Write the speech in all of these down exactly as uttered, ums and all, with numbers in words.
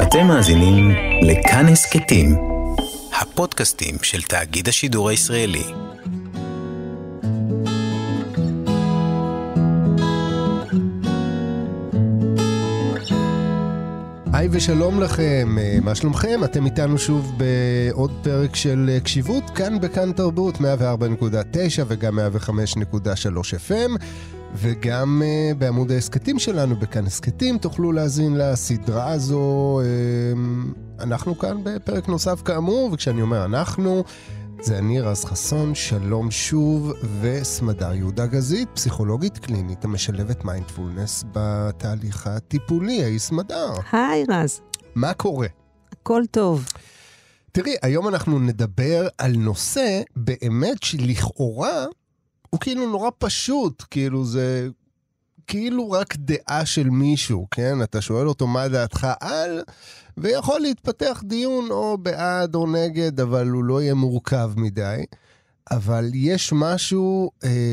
אתם מאזינים לכאן הסכתים, הפודקאסטים של תאגיד השידור הישראלי. היי ושלום לכם, מה שלומכם? אתם איתנו שוב בעוד פרק של קשיבות, כאן בכאן תרבות, מאה וארבע נקודה תשע וגם מאה וחמש נקודה שלוש אף אם, וגם uh, בעמוד ההסכתים שלנו בכאן הסכתים, תוכלו להזין לסדרה הזו. uh, אנחנו כאן בפרק נוסף כאמור, וכשאני אומר אנחנו, זה אני רז חסון, שלום שוב, וסמדר יהודה גזית, פסיכולוגית קלינית המשלבת מיינדפולנס בתהליך הטיפולי. היי סמדר. היי רז. מה קורה? הכל טוב. תראי, היום אנחנו נדבר על נושא באמת שלכאורה הוא כאילו נורא פשוט, כאילו זה כאילו רק דעה של מישהו, כן? אתה שואל אותו מה דעתך על, ויכול להתפתח דיון או בעד או נגד, אבל הוא לא יהיה מורכב מדי. אבל יש משהו אה,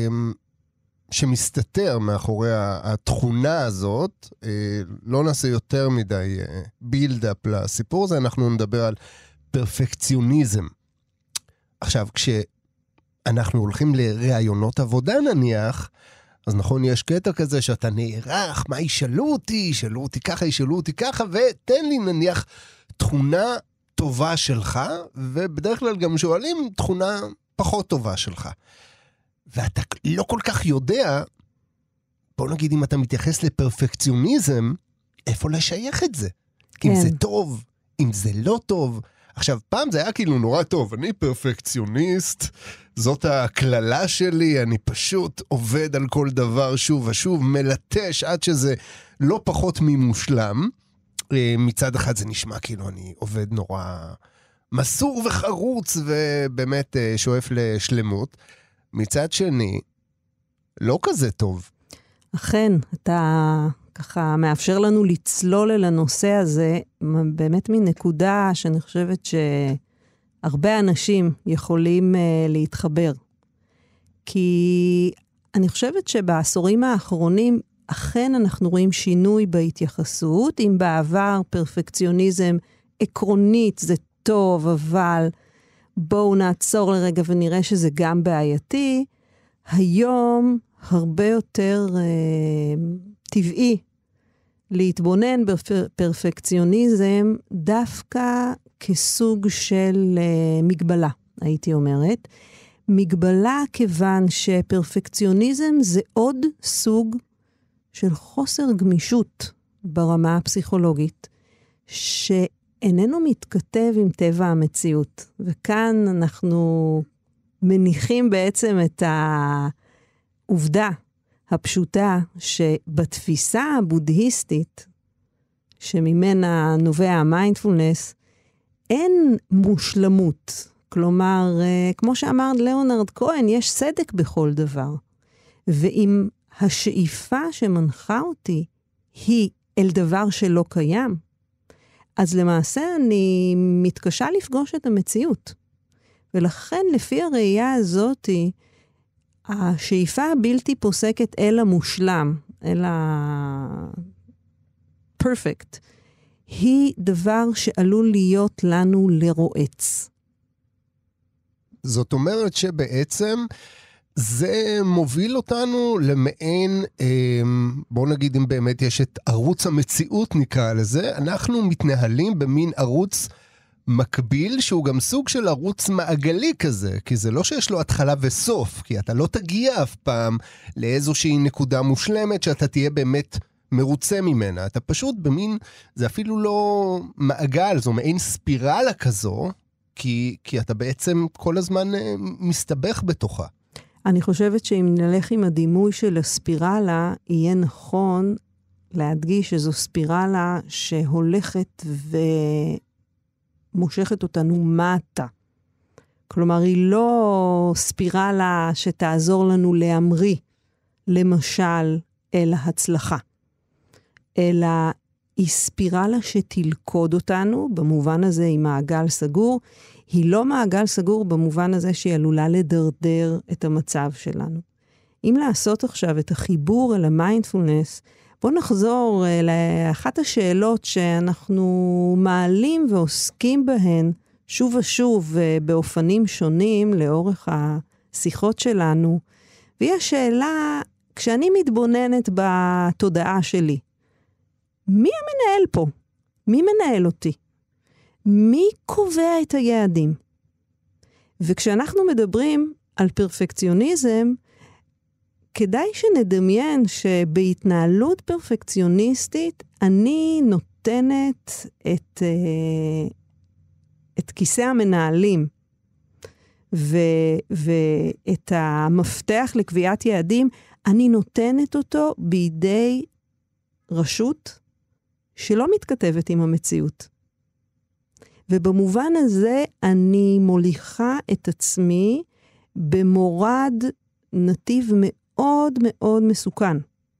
שמסתתר מאחורי התכונה הזאת, אה, לא נעשה יותר מדי אה, בילדאפ לסיפור הזה, אנחנו נדבר על פרפקציוניזם. עכשיו, כשאנחנו הולכים לראיונות עבודה נניח, אז נכון, יש קטע כזה שאתה נערך, מה ישאלו אותי, ישאלו אותי ככה, ישאלו אותי ככה, ותן לי נניח תכונה טובה שלך, ובדרך כלל גם שואלים תכונה פחות טובה שלך. ואתה לא כל כך יודע, בוא נגיד אם אתה מתייחס לפרפקציוניזם, איפה לשייך את זה? כן. אם זה טוב, אם זה לא טוב. עכשיו, פעם זה היה כאילו נורא טוב, אני פרפקציוניסט, זאת הכללה שלי, אני פשוט עובד על כל דבר שוב ושוב, מלטש עד שזה לא פחות ממושלם. מצד אחד זה נשמע כאילו אני עובד נורא מסור וחרוץ, ובאמת שואף לשלמות. מצד שני, לא כזה טוב. אכן, אתה ככה מאפשר לנו לצלול אל הנושא הזה, באמת מנקודה שאני חושבת שהרבה אנשים יכולים uh, להתחבר. כי אני חושבת שבעשורים האחרונים, אכן אנחנו רואים שינוי בהתייחסות, אם בעבר פרפקציוניזם עקרונית זה טוב, אבל בואו נעצור לרגע ונראה שזה גם בעייתי, היום הרבה יותר uh, טבעי להתבונן בפרפקציוניזם דווקא כסוג של uh, מגבלה, הייתי אומרת. מגבלה כיוון שפרפקציוניזם זה עוד סוג של חוסר גמישות ברמה הפסיכולוגית, שאיננו מתכתב עם טבע המציאות. וכאן אנחנו מניחים בעצם את העובדה הפשוטה שבתפיסה הבודהיסטית, שממנה נובע המיינדפולנס, אין מושלמות. כלומר, כמו שאמר ליאונרד כהן, יש סדק בכל דבר. ואם השאיפה שמנחה אותי היא אל דבר שלא קיים, אז למעשה אני מתקשה לפגוש את המציאות. ולכן לפי הראייה הזאת, השאיפה הבלתי פוסקת אל המושלם, אל ה-perfect, היא דבר שעלול להיות לנו לרועץ. זאת אומרת שבעצם זה מוביל אותנו למעין, בוא נגיד אם באמת יש את ערוץ המציאות נקרא לזה, אנחנו מתנהלים במין ערוץ מקביל שהוא גם סוג של ערוץ מעגלי כזה, כי זה לא שיש לו התחלה וסוף, כי אתה לא תגיע אף פעם לאיזושהי נקודה מושלמת שאתה תהיה באמת מרוצה ממנה, אתה פשוט במין, זה אפילו לא מעגל, זו מעין ספירלה כזו, כי, כי אתה בעצם כל הזמן מסתבך בתוכה. אני חושבת שאם נלך עם הדימוי של הספירלה, יהיה נכון להדגיש שזו ספירלה שהולכת ומושכת אותנו מטה. כלומר, היא לא ספירלה שתעזור לנו להמריא, למשל, אל ההצלחה, אלא היא ספירלה שתלכוד אותנו, במובן הזה היא מעגל סגור, היא לא מעגל סגור במובן הזה שהיא עלולה לדרדר את המצב שלנו. אם לעשות עכשיו את החיבור אל המיינדפולנס, בואו נחזור לאחת השאלות שאנחנו מעלים ועוסקים בהן שוב ושוב באופנים שונים לאורך השיחות שלנו, והיא השאלה, כשאני מתבוננת בתודעה שלי, מי המנהל פה? מי מנהל אותי? מי קובע את היעדים? וכשאנחנו מדברים על פרפקציוניזם, כדאי שנדמיין שבהתנהלות פרפקציוניסטית, אני נותנת את, את כיסא המנהלים, ו, ואת המפתח לקביעת יעדים, אני נותנת אותו בידי רשות שלא מתכתבת עם המציאות. ובמובן הזה אני מוליכה את עצמי במורד נתיב מאוד מאוד מסוכן,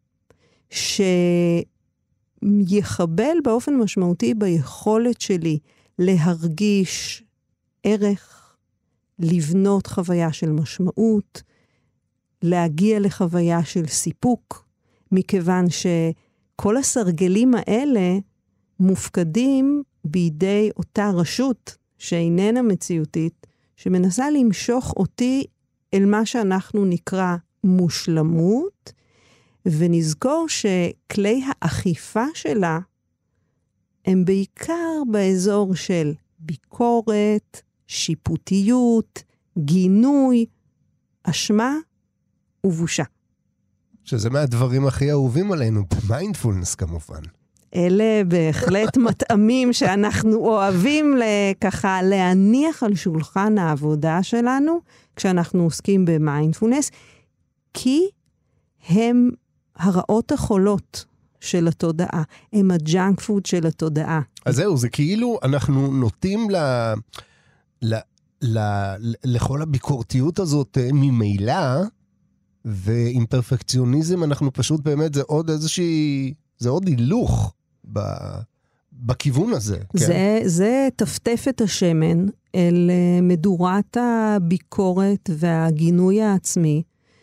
שיחבל באופן משמעותי ביכולת שלי להרגיש ערך, לבנות חוויה של משמעות, להגיע לחוויה של סיפוק, מכיוון שכל הסרגלים האלה מופקדים בידי אותה רשות שאיננה מציאותית, שמנסה למשוך אותי אל מה שאנחנו נקרא מושלמות, ונזכור שכלי האכיפה שלה הם בעיקר באזור של ביקורת, שיפוטיות, גינוי, אשמה ובושה. שזה מהדברים הכי אהובים עלינו, במיינדפולנס כמובן. אלה בהחלט מטעמים שאנחנו אוהבים ככה להניח על שולחן העבודה שלנו, כשאנחנו עוסקים במיינדפולנס, כי הם הרעות החולות של התודעה, הם הג'אנק פוד של התודעה. אז זהו, זה כאילו אנחנו נוטים ל... ל... ל... לכל הביקורתיות הזאת ממילא, ועם פרפקציוניזם אנחנו פשוט באמת, זה עוד איזושהי, זה עוד הילוך ב... בכיוון הזה. זה, כן? זה טפטף את השמן אל מדורת הביקורת והגינוי העצמי,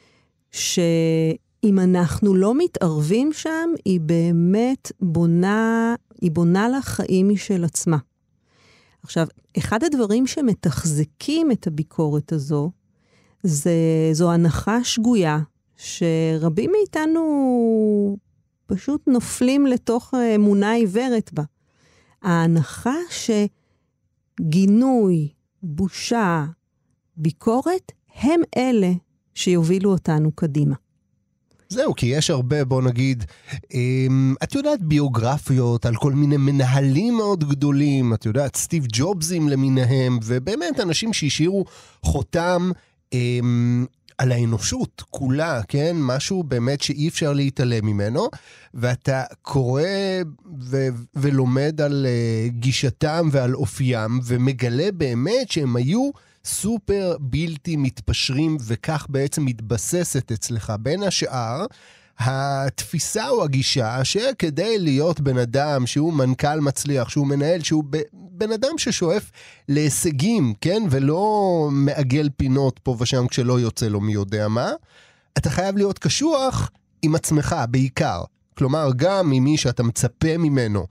שאם אנחנו לא מתערבים שם, היא באמת בונה, היא בונה לה חיים משל עצמה. עכשיו, אחד הדברים שמתחזקים את הביקורת הזו, זה, זו הנחה שגויה, שרבים מאיתנו פשוט נופלים לתוך אמונה עיוורת בה. ההנחה שגינוי, בושה, ביקורת, הם אלה שיובילו אותנו קדימה. זהו, כי יש הרבה, בוא נגיד, את יודעת ביוגרפיות על כל מיני מנהלים מאוד גדולים, את יודעת, סטיב ג'ובסים למיניהם, ובאמת אנשים שהשאירו חותם על האנושות כולה, כן? משהו באמת שאי אפשר להתעלם ממנו, ואתה קורא ו- ולומד על uh, גישתם ועל אופיים, ומגלה באמת שהם היו סופר בלתי מתפשרים, וכך בעצם מתבססת אצלך בין השאר, התפיסה או הגישה שכדי להיות בן אדם שהוא מנכ"ל מצליח, שהוא מנהל, שהוא בן אדם ששואף להישגים, כן? ולא מעגל פינות פה ושם כשלא יוצא לו מי יודע מה, אתה חייב להיות קשוח עם עצמך בעיקר. כלומר, גם ממי שאתה מצפה ממנו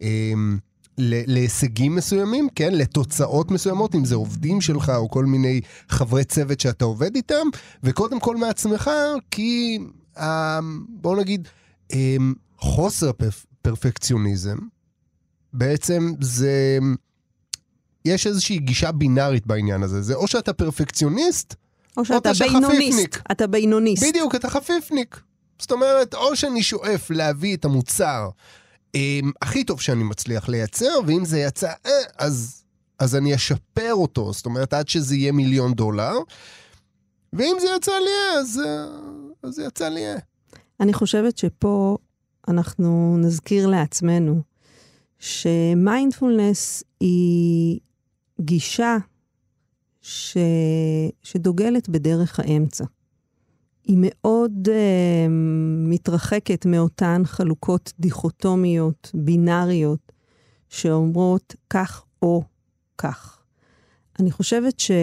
להישגים מסוימים, כן? לתוצאות מסוימות, אם זה עובדים שלך או כל מיני חברי צוות שאתה עובד איתם, וקודם כל מעצמך, כי בואו נגיד, חוסר פרפקציוניזם, בעצם זה, יש איזושהי גישה בינארית בעניין הזה, זה או שאתה פרפקציוניסט, או שאתה בינוניסט, אתה בינוניסט. בדיוק, אתה חפיפניק. זאת אומרת, או שאני שואף להביא את המוצר הכי טוב שאני מצליח לייצר, ואם זה יצא, אז, אז אני אשפר אותו, זאת אומרת, עד שזה יהיה מיליון דולר, ואם זה יצא לי, אז... אז זה יצא לי. אני חושבת שפה אנחנו נזכיר לעצמנו שמיינדפולנס היא גישה ש... שדוגלת בדרך האמצע. היא מאוד uh, מתרחקת מאותן חלוקות דיכוטומיות, בינאריות, שאומרות כך או כך. אני חושבת ש...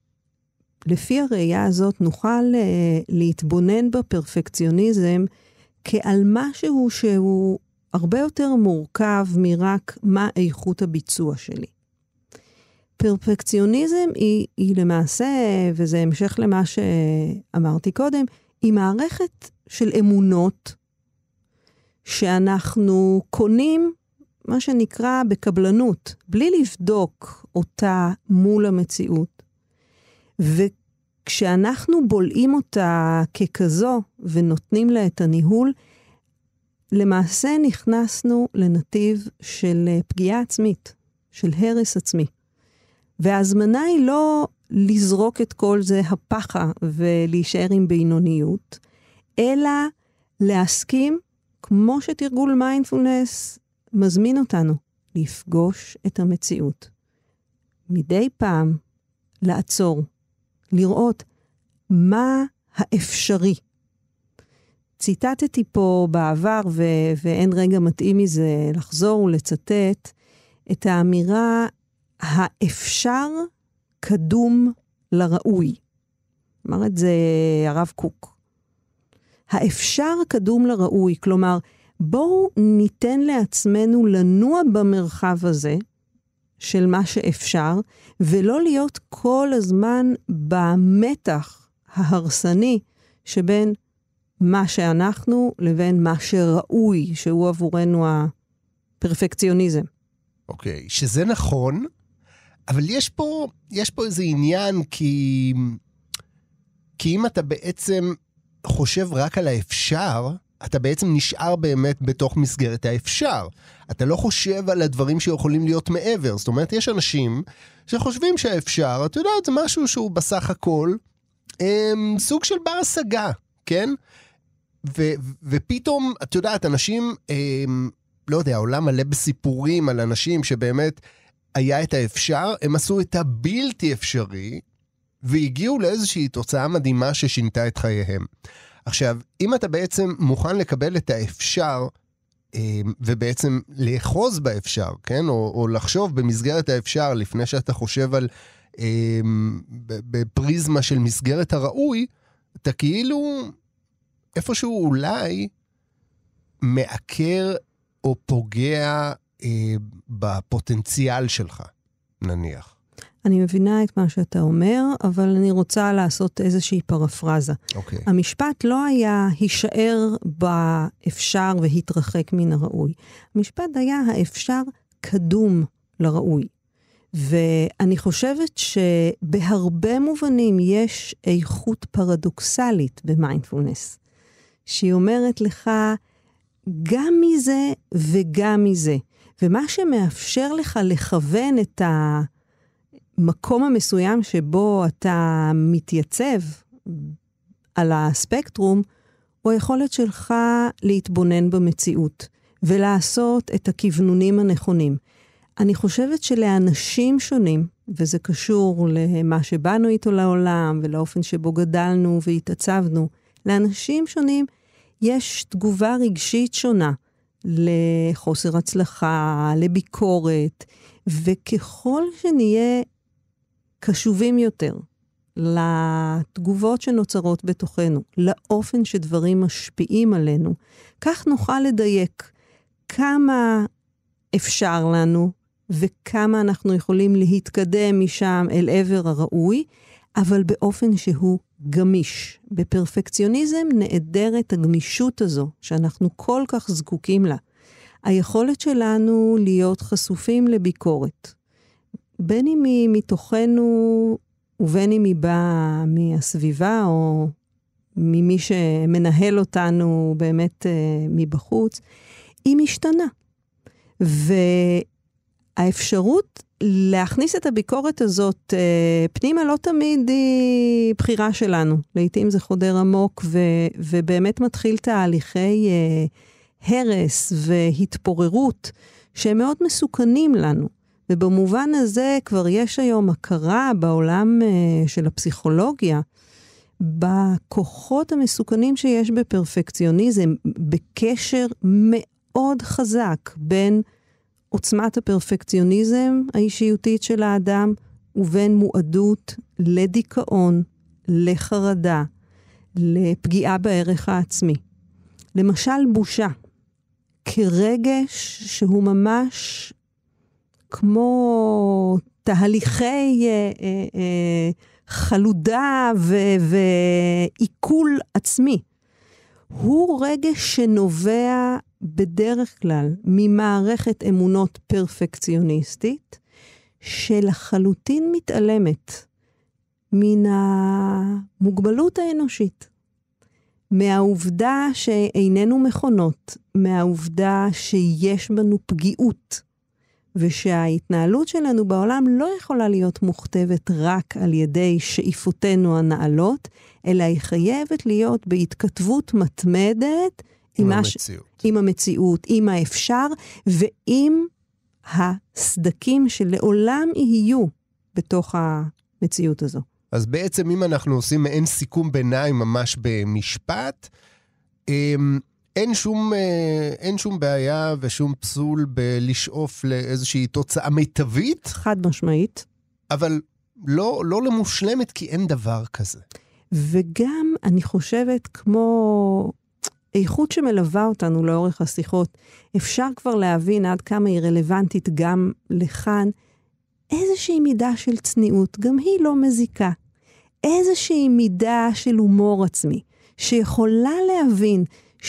לפי הראייה הזאת נוכל uh, להתבונן בפרפקציוניזם כעל משהו שהוא הרבה יותר מורכב מרק מה איכות הביצוע שלי. פרפקציוניזם היא, היא למעשה, וזה המשך למה שאמרתי קודם, היא מערכת של אמונות שאנחנו קונים, מה שנקרא בקבלנות, בלי לבדוק אותה מול המציאות. וכשאנחנו בולעים אותה ככזו ונותנים לה את הניהול, למעשה נכנסנו לנתיב של פגיעה עצמית, של הרס עצמי. וההזמנה היא לא לזרוק את כל זה הפחה ולהישאר עם בינוניות, אלא להסכים, כמו שתרגול מיינדפולנס מזמין אותנו, לפגוש את המציאות. מדי פעם לעצור, לראות מה האפשרי. ציטטתי פה בעבר, ו- ואין רגע מתאים מזה לחזור ולצטט, את האמירה, האפשר קדום לראוי. אמר את זה הרב קוק. האפשר קדום לראוי, כלומר, בואו ניתן לעצמנו לנוע במרחב הזה, של מה שאפשר, ולא להיות כל הזמן במתח ההרסני, שבין מה שאנחנו לבין מה שראוי, שהוא עבורנו הפרפקציוניזם. אוקיי, okay, שזה נכון, אבל יש פה, יש פה איזה עניין, כי, כי אם אתה בעצם חושב רק על האפשר, אתה בעצם נשאר באמת בתוך מסגרת האפשר. אתה לא חושב על הדברים שיכולים להיות מעבר. זאת אומרת, יש אנשים שחושבים שהאפשר, אתה יודע, זה משהו שהוא בסך הכל הם, סוג של בר השגה, כן? ו, ופתאום, אתה יודעת, אנשים, הם, לא יודע, העולם מלא בסיפורים על אנשים שבאמת היה את האפשר, הם עשו את הבלתי אפשרי, והגיעו לאיזושהי תוצאה מדהימה ששינתה את חייהם. עכשיו, אם אתה בעצם מוכן לקבל את האפשר, ובעצם לאחוז באפשר, כן? או, או לחשוב במסגרת האפשר, לפני שאתה חושב על בפריזמה של מסגרת הראוי, אתה כאילו איפשהו אולי מעקר או פוגע בפוטנציאל שלך, נניח. אני מבינה את מה שאתה אומר, אבל אני רוצה לעשות איזושהי פרפרזה. אוקיי. המשפט לא היה הישאר באפשר והתרחק מן הראוי. המשפט היה האפשר קדום לראוי. ואני חושבת שבהרבה מובנים יש איכות פרדוקסלית במיינדפולנס, שהיא אומרת לך גם מזה וגם מזה. ומה שמאפשר לך לכוון את ה... מקום המסוים שבו אתה מתייצב על הספקטרום, הוא היכולת שלך להתבונן במציאות, ולעשות את הכיוונונים הנכונים. אני חושבת שלאנשים שונים, וזה קשור למה שבאנו איתו לעולם, ולאופן שבו גדלנו והתעצבנו, לאנשים שונים יש תגובה רגשית שונה, לחוסר הצלחה, לביקורת, וככל שנהיה קשובים יותר לתגובות שנוצרות בתוכנו, לאופן שדברים משפיעים עלינו, כך נוכל לדייק כמה אפשר לנו, וכמה אנחנו יכולים להתקדם משם אל עבר הראוי, אבל באופן שהוא גמיש. בפרפקציוניזם נעדרת הגמישות הזו, שאנחנו כל כך זקוקים לה. היכולת שלנו להיות חשופים לביקורת, בין אם היא מתוכנו, ובין אם היא באה מהסביבה, או ממי שמנהל אותנו באמת מבחוץ, היא משתנה. והאפשרות להכניס את הביקורת הזאת פנימה לא תמיד היא בחירה שלנו. לעתים זה חודר עמוק, ו, ובאמת מתחיל תהליכי הרס והתפוררות, שהם מאוד מסוכנים לנו. ובמובן הזה כבר יש היום הכרה בעולם של הפסיכולוגיה, בכוחות המסוכנים שיש בפרפקציוניזם, בקשר מאוד חזק בין עוצמת הפרפקציוניזם האישיותית של האדם, ובין מועדות לדיכאון, לחרדה, לפגיעה בערך העצמי. למשל בושה, כרגש שהוא ממש כמו תהליכי אה, אה, אה, חלודה ו- ועיכול עצמי. הוא רגש שנובע בדרך כלל ממערכת אמונות פרפקציוניסטית, שלחלוטין מתעלמת מן המוגבלות האנושית. מהעובדה שאיננו מכונות, מהעובדה שיש בנו פגיעות, ושההתנהלות שלנו בעולם לא יכולה להיות מוכתבת רק על ידי שאיפותינו הנעלות, אלא היא חייבת להיות בהתכתבות מתמדת עם, עם הש... המציאות. עם המציאות, עם האפשר, ועם הסדקים שלעולם יהיו בתוך המציאות הזו. אז בעצם אם אנחנו עושים מעין סיכום ביניים ממש במשפט, אין שום, אין שום בעיה ושום פסול בלשאוף לאיזושהי תוצאה מיטבית. חד משמעית. אבל לא, לא למושלמת, כי אין דבר כזה. וגם אני חושבת כמו איכות שמלווה אותנו לאורך השיחות, אפשר כבר להבין עד כמה היא רלוונטית גם לכאן, איזושהי מידה של צניעות, גם היא לא מזיקה. איזושהי מידה של הומור עצמי, שיכולה להבין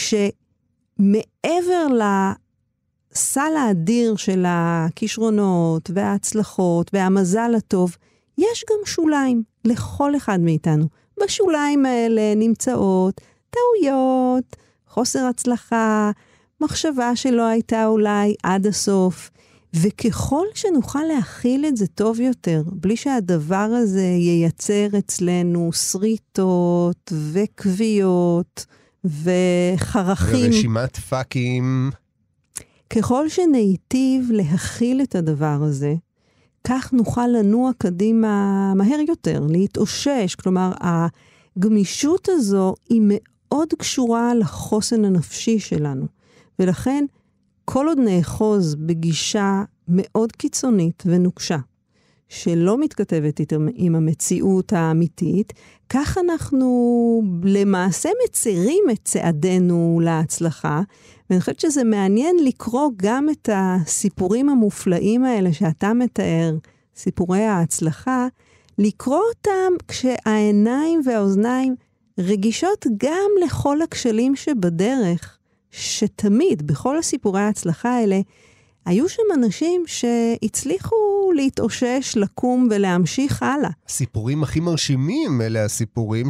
שמעבר לסל האדיר של הכישרונות וההצלחות והמזל הטוב, יש גם שוליים לכל אחד מאיתנו. בשוליים האלה נמצאות טעויות, חוסר הצלחה, מחשבה שלא הייתה אולי עד הסוף, וככל שנוכל להכיל את זה טוב יותר, בלי שהדבר הזה ייצר אצלנו שריטות וקביעות וחרכים. ורשימת פאקים. ככל שנייטיב להכיל את הדבר הזה, כך נוכל לנוע קדימה מהר יותר, להתאושש. כלומר, הגמישות הזו היא מאוד קשורה לחוסן הנפשי שלנו. ולכן, כל עוד נאחוז בגישה מאוד קיצונית ונוקשה, שלא מתכתבת עם המציאות האמיתית, כך אנחנו למעשה מצרים את צעדינו להצלחה, ואני חושבת שזה מעניין לקרוא גם את הסיפורים המופלאים האלה שאתה מתאר, סיפורי ההצלחה, לקרוא אותם כשהעיניים והאוזניים רגישות גם לכל הכשלים שבדרך, שתמיד בכל הסיפורי ההצלחה האלה, היו שם אנשים שהצליחו להתאושש, לקום ולהמשיך הלאה. הסיפורים הכי מרשימים אלה הסיפורים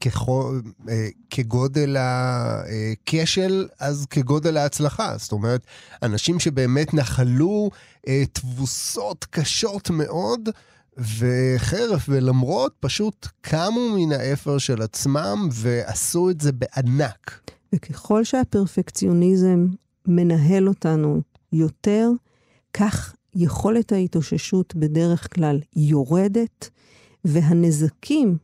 שכגודל הכשל, אז כגודל ההצלחה. זאת אומרת, אנשים שבאמת נחלו תבוסות קשות מאוד, וחרף ולמרות פשוט קמו מן האפר של עצמם ועשו את זה בענק. וככל שהפרפקציוניזם מנהל אותנו יותר, כך יכולת ההתאוששות בדרך כלל יורדת, והנזקים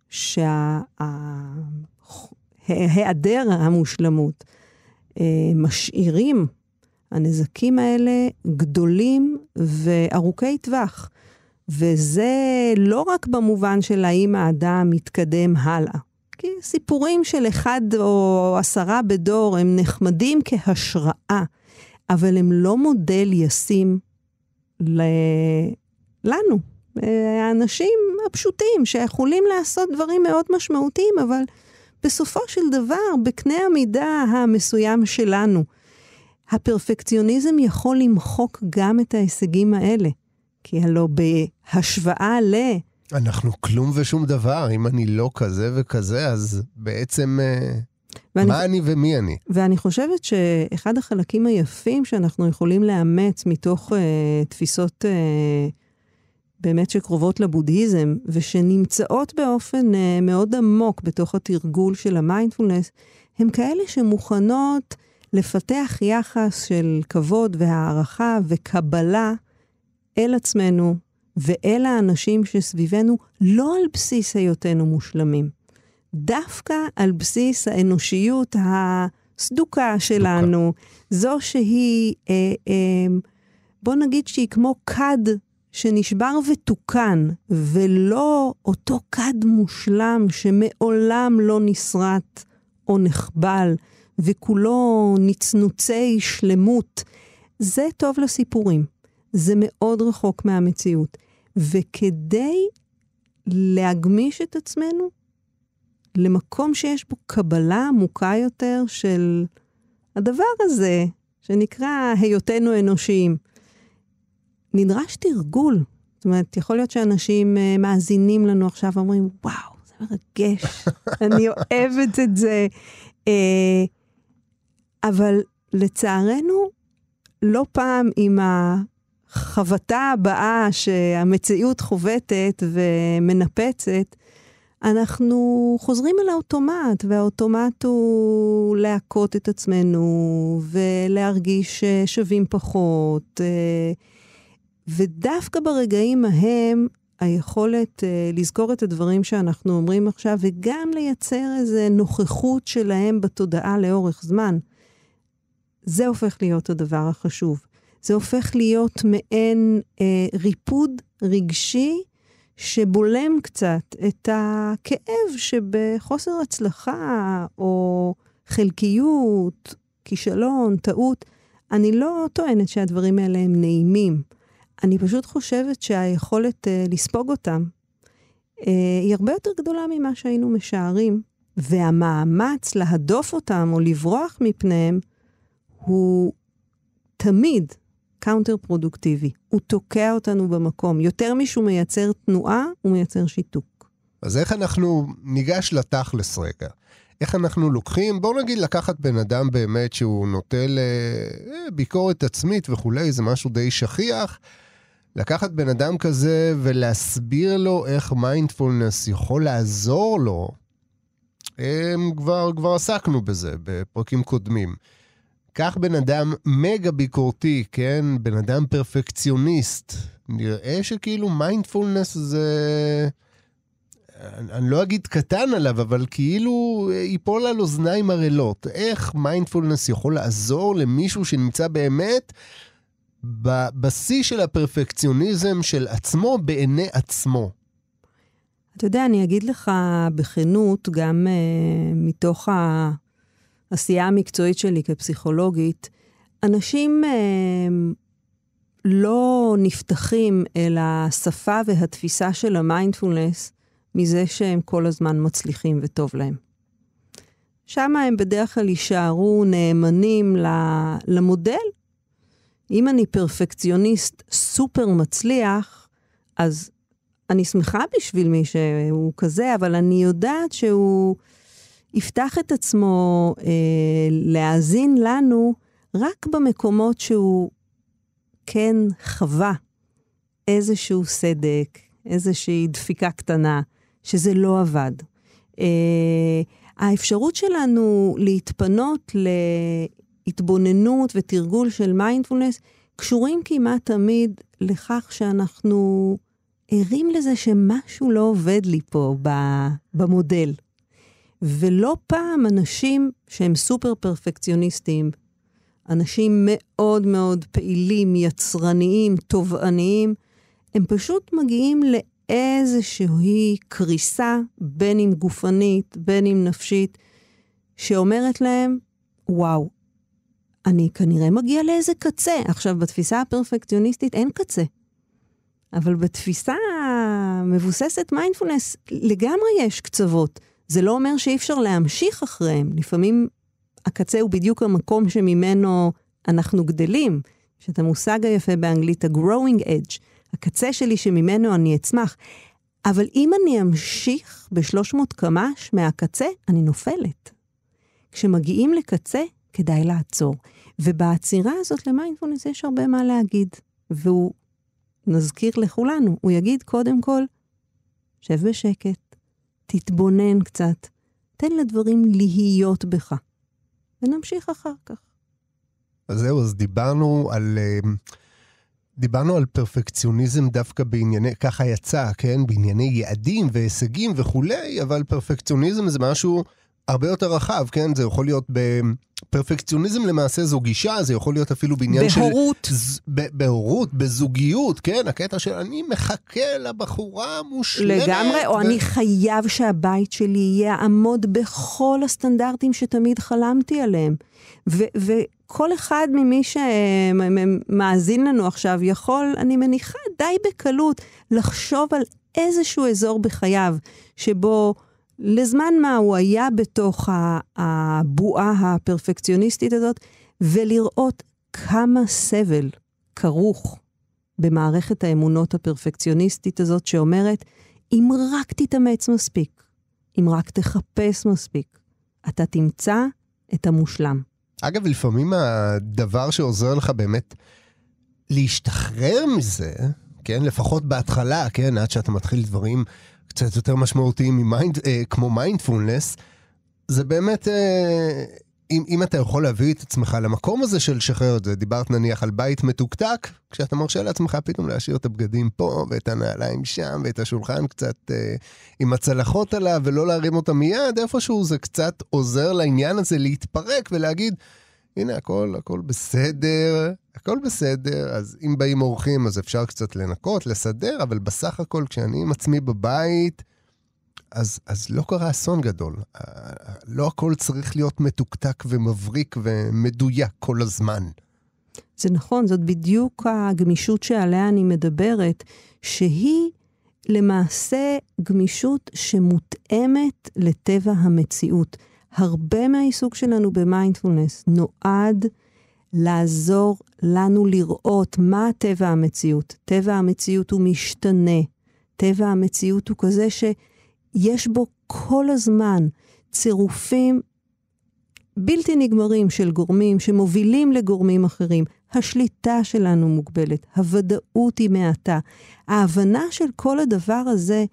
שההיעדר המושלמות משאירים, הנזקים האלה גדולים וארוכי טווח. וזה לא רק במובן של האם האדם מתקדם הלאה. כי סיפורים של אחד או עשרה בדור הם נחמדים כהשראה, אבל הם לא מודל ישים ל... לנו, האנשים הפשוטים שיכולים לעשות דברים מאוד משמעותיים, אבל בסופו של דבר, בקנה המידה המסוים שלנו, הפרפקציוניזם יכול למחוק גם את ההישגים האלה, כי הלא בהשוואה ל... אנחנו כלום ושום דבר, אם אני לא כזה וכזה, אז בעצם ואני, מה אני ומי אני? ואני חושבת שאחד החלקים היפים שאנחנו יכולים לאמץ מתוך uh, תפיסות uh, באמת שקרובות לבודהיזם, ושנמצאות באופן uh, מאוד עמוק בתוך התרגול של המיינדפולנס, הם כאלה שמוכנות לפתח יחס של כבוד והערכה וקבלה אל עצמנו, ואל האנשים שסביבנו, לא על בסיס היותנו מושלמים. דווקא על בסיס האנושיות הסדוקה שלנו, זו שהיא, אה, אה, בוא נגיד שהיא כמו קד שנשבר ותוקן, ולא אותו קד מושלם שמעולם לא נשרט או נחבל, וכולו נצנוצי שלמות, זה טוב לסיפורים. זה מאוד רחוק מהמציאות. וכדי להגמיש את עצמנו, למקום שיש בו קבלה עמוקה יותר של הדבר הזה, שנקרא היותנו אנושיים, נדרש תרגול. זאת אומרת, יכול להיות שאנשים מאזינים לנו עכשיו ואומרים, וואו, זה מרגש, אני אוהבת את זה. אבל לצערנו, לא פעם עם החבטה הבאה שהמציאות חובטת ומנפצת, אנחנו חוזרים אל האוטומט, והאוטומט הוא להכות את עצמנו ולהרגיש שווים פחות. ודווקא ברגעים ההם, היכולת לזכור את הדברים שאנחנו אומרים עכשיו, וגם לייצר איזו נוכחות שלהם בתודעה לאורך זמן, זה הופך להיות הדבר החשוב. זה הופך להיות מעין אה, ריפוד רגשי, שבולם קצת את הכאב שבחוסר הצלחה, או חלקיות, כישלון, טעות. אני לא טוענת שהדברים האלה הם נעימים. אני פשוט חושבת שהיכולת uh, לספוג אותם, uh, היא הרבה יותר גדולה ממה שהיינו משערים, והמאמץ להדוף אותם או לברוח מפניהם, הוא תמיד קאונטר פרודוקטיבי. הוא תוקע אותנו במקום. יותר משהו מייצר תנועה, הוא מייצר שיתוק. אז איך אנחנו ניגש לתכלס רגע? איך אנחנו לוקחים, בואו נגיד לקחת בן אדם באמת שהוא נוטה לביקורת עצמית וכולי, זה משהו די שכיח, לקחת בן אדם כזה ולהסביר לו איך מיינדפולנס יכול לעזור לו, כבר, כבר עסקנו בזה בפרקים קודמים. כך בן אדם מגה ביקורתי, כן? בן אדם פרפקציוניסט. נראה שכאילו מיינדפולנס זה... אני, אני לא אגיד קטן עליו, אבל כאילו ייפול על אוזניים ערלות. איך מיינדפולנס יכול לעזור למישהו שנמצא באמת בשיא של הפרפקציוניזם של עצמו בעיני עצמו? אתה יודע, אני אגיד לך בכנות, גם uh, מתוך ה... העשייה המקצועית שלי כפסיכולוגית, אנשים אה, לא נפתחים אל השפה והתפיסה של המיינדפולנס מזה שהם כל הזמן מצליחים וטוב להם. שם הם בדרך כלל יישארו נאמנים למודל. אם אני פרפקציוניסט סופר מצליח, אז אני שמחה בשביל מי שהוא כזה, אבל אני יודעת שהוא... יפתח את עצמו אה, להאזין לנו רק במקומות שהוא כן חווה איזשהו סדק, איזושהי דפיקה קטנה, שזה לא עבד. אה, האפשרות שלנו להתפנות להתבוננות ותרגול של מיינדפולנס, קשורים כמעט תמיד לכך שאנחנו ערים לזה שמשהו לא עובד לי פה במודל. ולא פעם אנשים שהם סופר פרפקציוניסטים, אנשים מאוד מאוד פעילים, יצרניים, תובעניים, הם פשוט מגיעים לאיזושהי קריסה, בין אם גופנית, בין אם נפשית, שאומרת להם, וואו, אני כנראה מגיע לאיזה קצה. עכשיו, בתפיסה הפרפקציוניסטית אין קצה. אבל בתפיסה מבוססת מיינדפולנס, לגמרי יש קצוות. זה לא אומר שאי אפשר להמשיך אחריהם. לפעמים הקצה הוא בדיוק המקום שממנו אנחנו גדלים. יש את המושג היפה באנגלית, ה-growing edge, הקצה שלי שממנו אני אצמח. אבל אם אני אמשיך ב-שלוש מאות קמ"ש מהקצה, אני נופלת. כשמגיעים לקצה, כדאי לעצור. ובעצירה הזאת למיינדפולנס יש הרבה מה להגיד. והוא, נזכיר לכולנו, הוא יגיד קודם כל, שב בשקט, תתבונן קצת, תן לדברים להיות בך, ונמשיך אחר כך. אז זהו, אז דיברנו על, דיברנו על פרפקציוניזם דווקא בענייני, ככה יצא, כן? בענייני יעדים והישגים וכולי, אבל פרפקציוניזם זה משהו הרבה יותר רחב, כן? זה יכול להיות בפרפקציוניזם למעשה זו גישה, זה יכול להיות אפילו בעניין בהורות. של... בהורות. בהורות, בזוגיות, כן? הקטע של אני מחכה לבחורה מושלמת. לגמרי, או ו... אני חייב שהבית שלי יעמוד בכל הסטנדרטים שתמיד חלמתי עליהם. ו... וכל אחד ממי שמאזין לנו עכשיו יכול, אני מניחה די בקלות, לחשוב על איזשהו אזור בחייו, שבו לזמן מה הוא היה בתוך הבועה הפרפקציוניסטית הזאת, ולראות כמה סבל כרוך במערכת האמונות הפרפקציוניסטית הזאת, שאומרת, אם רק תתאמץ מספיק, אם רק תחפש מספיק, אתה תמצא את המושלם. אגב, לפעמים הדבר שעוזר לך באמת להשתחרר מזה, כן, לפחות בהתחלה, כן, עד שאתה מתחיל דברים קצת יותר משמעותיים ממיינד, אה, כמו מיינדפולנס, זה באמת, אה, אם, אם אתה יכול להביא את עצמך למקום הזה של שחרר את זה, דיברת נניח על בית מתוקתק, כשאתה מרשה לעצמך פתאום להשאיר את הבגדים פה, ואת הנעליים שם, ואת השולחן קצת אה, עם הצלחות עליו, ולא להרים אותה מיד, איפשהו זה קצת עוזר לעניין הזה להתפרק ולהגיד, הנה, הכל, הכל בסדר, הכל בסדר, אז אם באים אורחים, אז אפשר קצת לנקות, לסדר, אבל בסך הכל, כשאני עם עצמי בבית, אז, אז לא קרה אסון גדול. לא הכל צריך להיות מתוקתק ומבריק ומדויק כל הזמן. זה נכון, זאת בדיוק הגמישות שעליה אני מדברת, שהיא למעשה גמישות שמותאמת לטבע המציאות. הרבה מהעיסוק שלנו במיינדפולנס נועד לעזור לנו לראות מה טבע המציאות. טבע המציאות הוא משתנה. טבע המציאות הוא כזה שיש בו כל הזמן צירופים בלתי נגמרים של גורמים שמובילים לגורמים אחרים. השליטה שלנו מוגבלת, הוודאות היא מעטה. ההבנה של כל הדבר הזה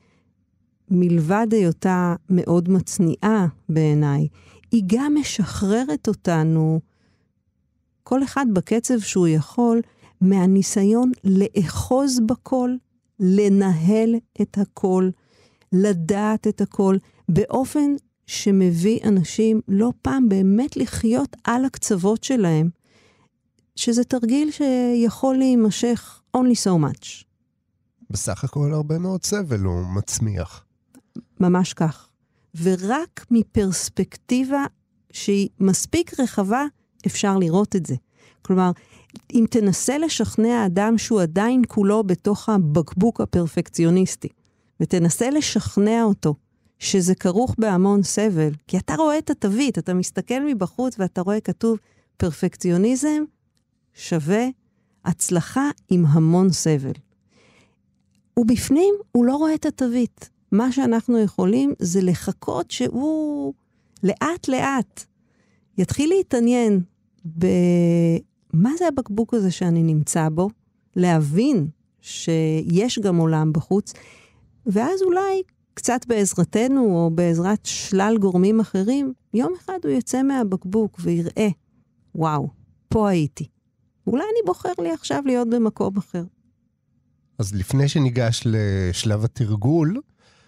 מלבד היותה מאוד מצניעה בעיניי, היא גם משחררת אותנו, כל אחד בקצב שהוא יכול, מהניסיון לאחוז בכל, לנהל את הכל, לדעת את הכל, באופן שמביא אנשים לא פעם באמת לחיות על הקצוות שלהם, שזה תרגיל שיכול להימשך only so much. בסך הכל הרבה מאוד סבל הוא מצמיח. ממש כך. ורק מפרספקטיבה שהיא מספיק רחבה, אפשר לראות את זה. כלומר, אם תנסה לשכנע אדם שהוא עדיין כולו בתוך הבקבוק הפרפקציוניסטי, ותנסה לשכנע אותו שזה כרוך בהמון סבל, כי אתה רואה את התווית, אתה מסתכל מבחוץ ואתה רואה כתוב פרפקציוניזם שווה הצלחה עם המון סבל. ובפנים הוא לא רואה את התווית. מה שאנחנו יכולים זה לחכות שהוא לאט לאט יתחיל להתעניין במה זה הבקבוק הזה שאני נמצא בו, להבין שיש גם עולם בחוץ, ואז אולי קצת בעזרתנו או בעזרת שלל גורמים אחרים, יום אחד הוא יצא מהבקבוק ויראה, וואו, פה הייתי. אולי אני בוחר לי עכשיו להיות במקום אחר. אז לפני שניגש לשלב התרגול,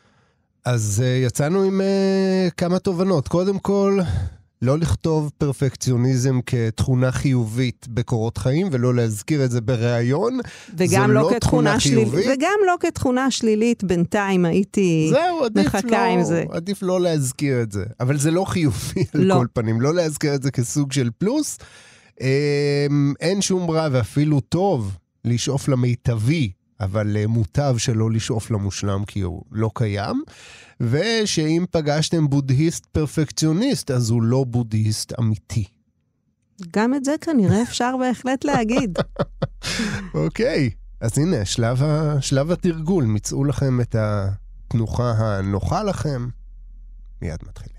אז uh, יצאנו עם uh, כמה תובנות. קודם כל, לא לכתוב פרפקציוניזם כתכונה חיובית בקורות חיים, ולא להזכיר את זה בראיון. וגם לא, לא כתכונה שלילית. וגם לא כתכונה שלילית, בינתיים הייתי זהו, מחכה לא, עם זה. עדיף לא להזכיר את זה. אבל זה לא חיובי על לא. כל פנים. לא להזכיר את זה כסוג של פלוס. Um, אין שום רע ואפילו טוב לשאוף למיטבי, אבל מוטב שלא לשאוף למושלם כי הוא לא קיים, ושאם פגשתם בודהיסט פרפקציוניסט, אז הוא לא בודהיסט אמיתי. גם את זה כנראה אפשר בהחלט להגיד. אוקיי, אז הנה, שלב, ה... שלב התרגול, מצאו לכם את התנוחה הנוחה לכם, מיד מתחילים.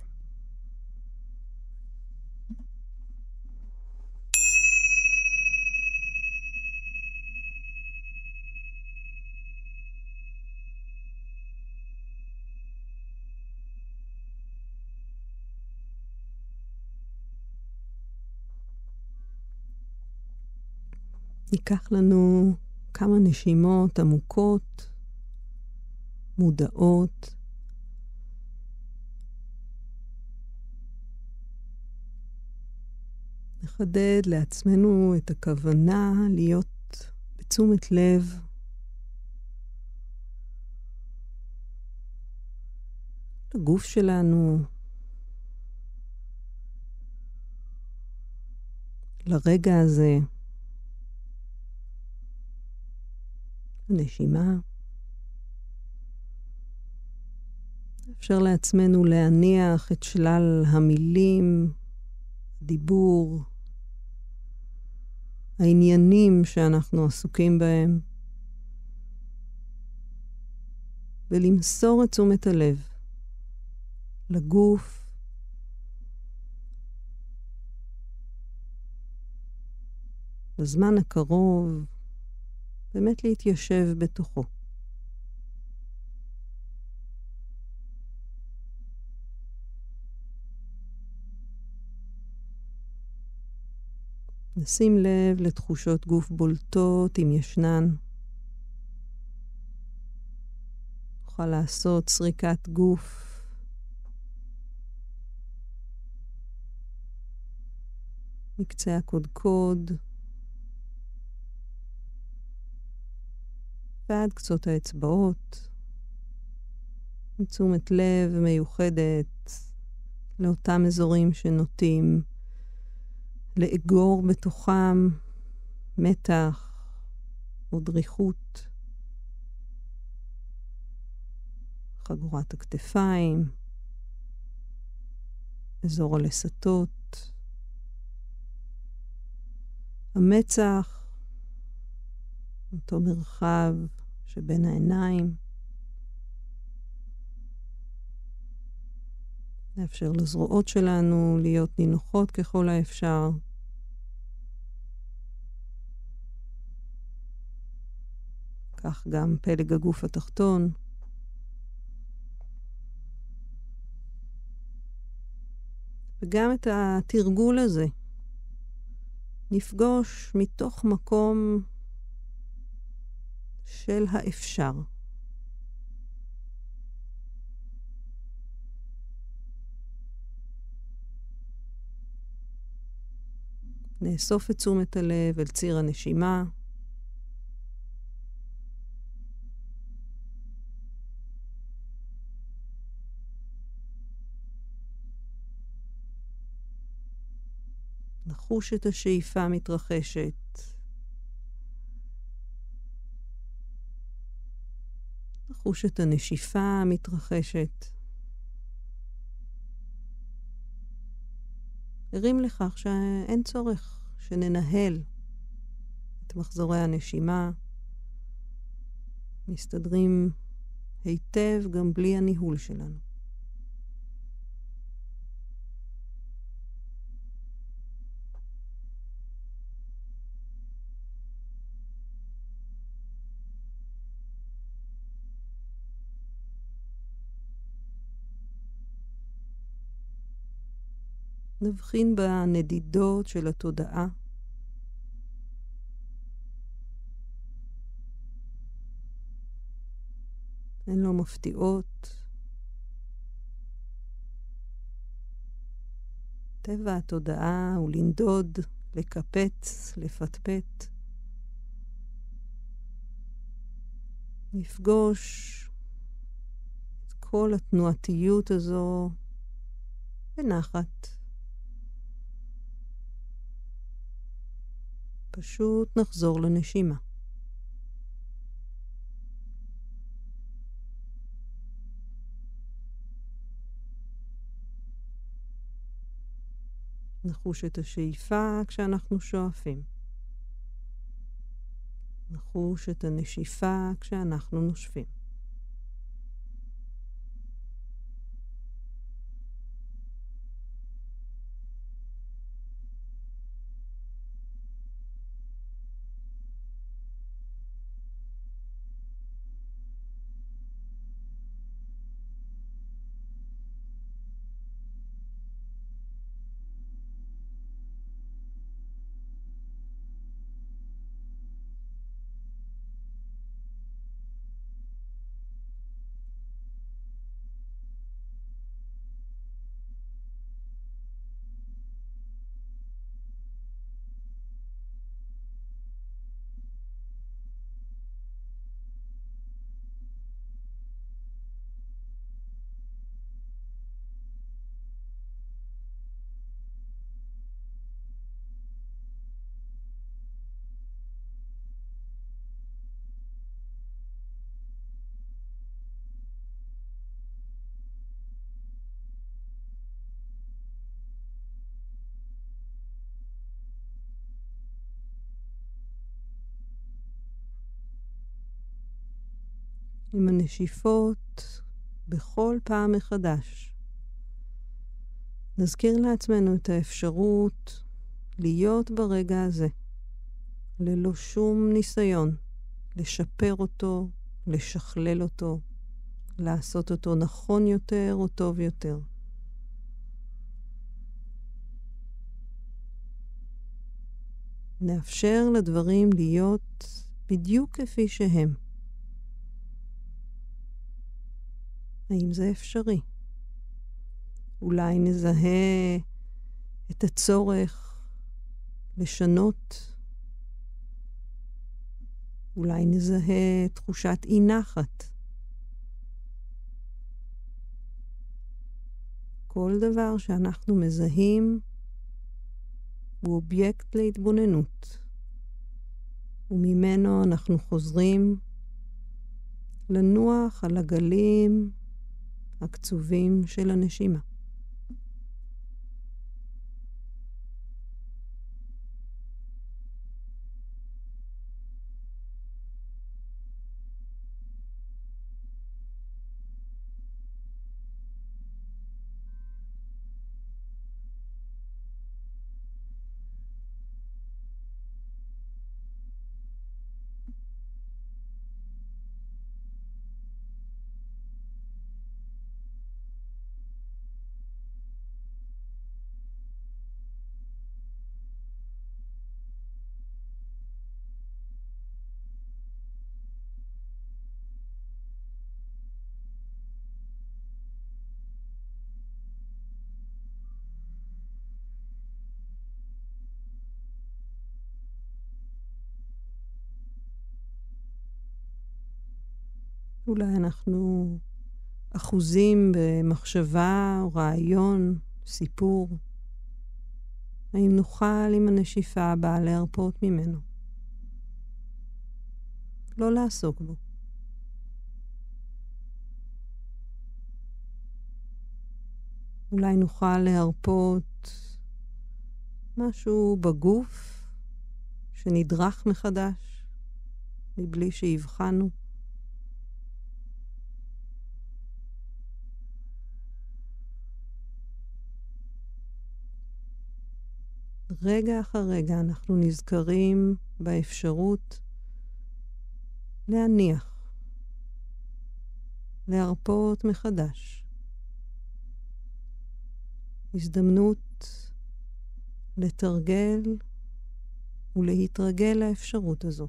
ייקח לנו כמה נשימות עמוקות, מודעות. נחדד לעצמנו את הכוונה להיות בתשומת לב לגוף שלנו, לרגע הזה, הנשימה. אפשר לעצמנו להניח את שלל המילים, דיבור, העניינים שאנחנו עסוקים בהם, ולמסור את תשומת הלב לגוף, בזמן הקרוב, באמת להתיישב בתוכו. נשים לב לתחושות גוף בולטות אם ישנן. נוכל לעשות סריקת גוף. מקצה הקודקוד. ועד קצות האצבעות. עם תשומת לב מיוחדת לאותם אזורים שנוטים לאגור בתוכם מתח או דריכות. חגורת הכתפיים, אזור הלסתות, המצח, אותו מרחב שבין העיניים. נאפשר לזרועות שלנו להיות נינוחות ככל האפשר. כך גם פלג הגוף התחתון. וגם את התרגול הזה נפגוש מתוך מקום של האפשר. נאסוף את תשומת הלב אל ציר הנשימה. נחוש את השאיפה מתרחשת. נחוש את הנשיפה מתרחשת. הרים לכך שאין צורך שננהל את מחזורי הנשימה. מסתדרים היטב גם בלי הניהול שלנו. נבחין בנדידות של התודעה. הן לא מפתיעות. טבע התודעה הוא לנדוד, לקפץ, לפטפט. נפגוש את כל התנועתיות הזו בנחת. פשוט נחזור לנשימה. נחוש את השאיפה כשאנחנו שואפים. נחוש את הנשיפה כשאנחנו נושפים. עם הנשיפות בכל פעם מחדש. נזכיר לעצמנו את האפשרות להיות ברגע הזה, ללא שום ניסיון, לשפר אותו, לשכלל אותו, לעשות אותו נכון יותר או טוב יותר. נאפשר לדברים להיות בדיוק כפי שהם. האם זה אפשרי? אולי נזהה את הצורך לשנות. אולי נזהה תחושת אי נחת. כל דבר שאנחנו מזהים הוא אובייקט להתבוננות, וממנו אנחנו חוזרים לנוח על הגלים הקצובים של הנשימה. אולי אנחנו אחוזים במחשבה או רעיון, סיפור. האם נוכל עם הנשיפה הבאה להרפות ממנו? לא לעסוק בו. אולי נוכל להרפות משהו בגוף שנדרך מחדש, מבלי שיבחנו. רגע אחר רגע אנחנו נזכרים באפשרות להניח, להרפות מחדש. הזדמנות לתרגל ולהתרגל לאפשרות הזו.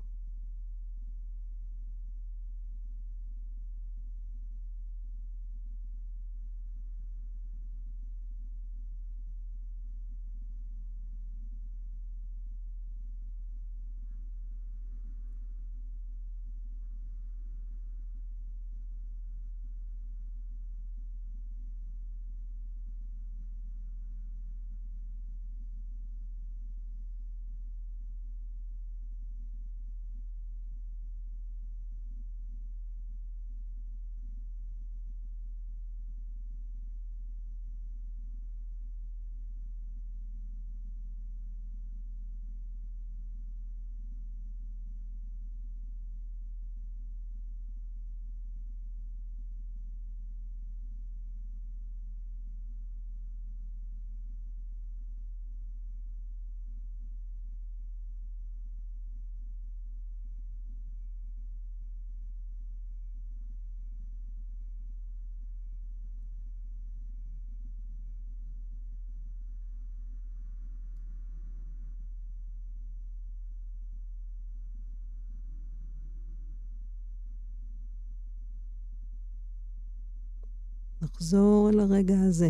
נחזור אל הרגע הזה.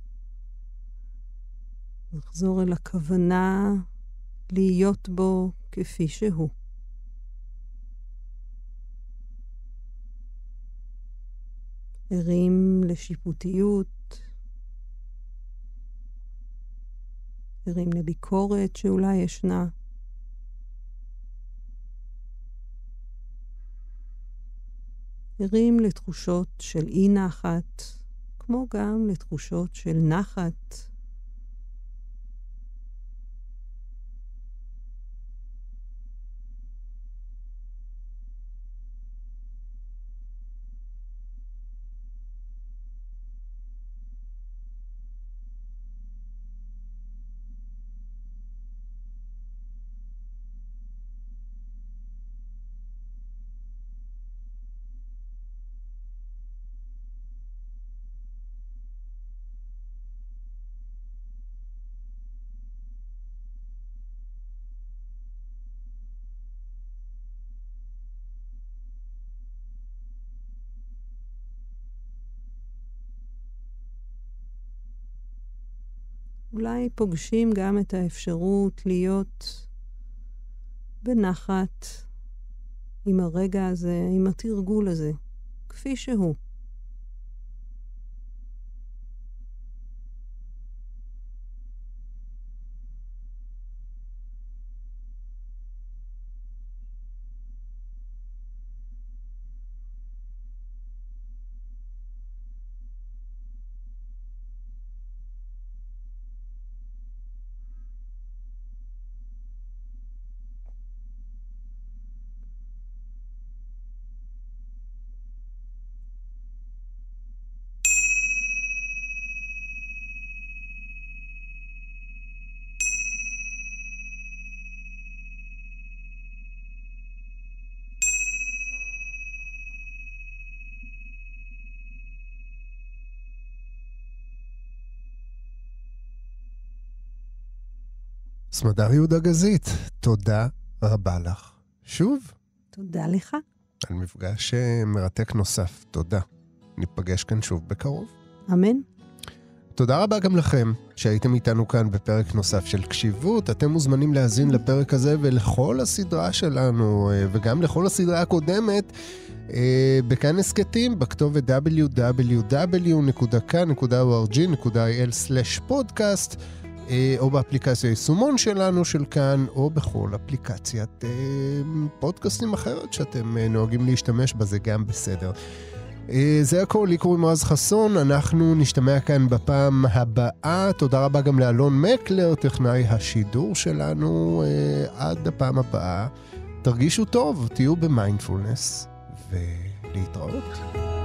נחזור אל הכוונה להיות בו כפי שהוא. ערים לשיפוטיות, ערים לביקורת שאולי ישנה. ערים לתחושות של אי נחת, כמו גם לתחושות של נחת. אולי פוגשים גם את האפשרות להיות בנחת עם הרגע הזה, עם התרגול הזה, כפי שהוא. סמדר יהודה גזית, תודה רבה לך. שוב. תודה לך. על מפגש מרתק נוסף. תודה. ניפגש כאן שוב בקרוב. אמן. תודה רבה גם לכם שהייתם איתנו כאן בפרק נוסף של קשיבות. אתם מוזמנים להאזין לפרק הזה ולכל הסדרה שלנו, וגם לכל הסדרה הקודמת, בכאן הסקטים, בכתובת דאבליו דאבליו דאבליו נקודה כאן נקודה או אר ג'י נקודה איי אל סלש פודקאסט, או באפליקציה יישומון שלנו של כאן, או בכל אפליקציית פודקאסטים אחרת שאתם נוהגים להשתמש בה, זה גם בסדר. זה הכל, לי קוראים רז חסון, אנחנו נשתמע כאן בפעם הבאה. תודה רבה גם לאלון מקלר, טכנאי השידור שלנו. עד הפעם הבאה, תרגישו טוב, תהיו במיינדפולנס, ולהתראות.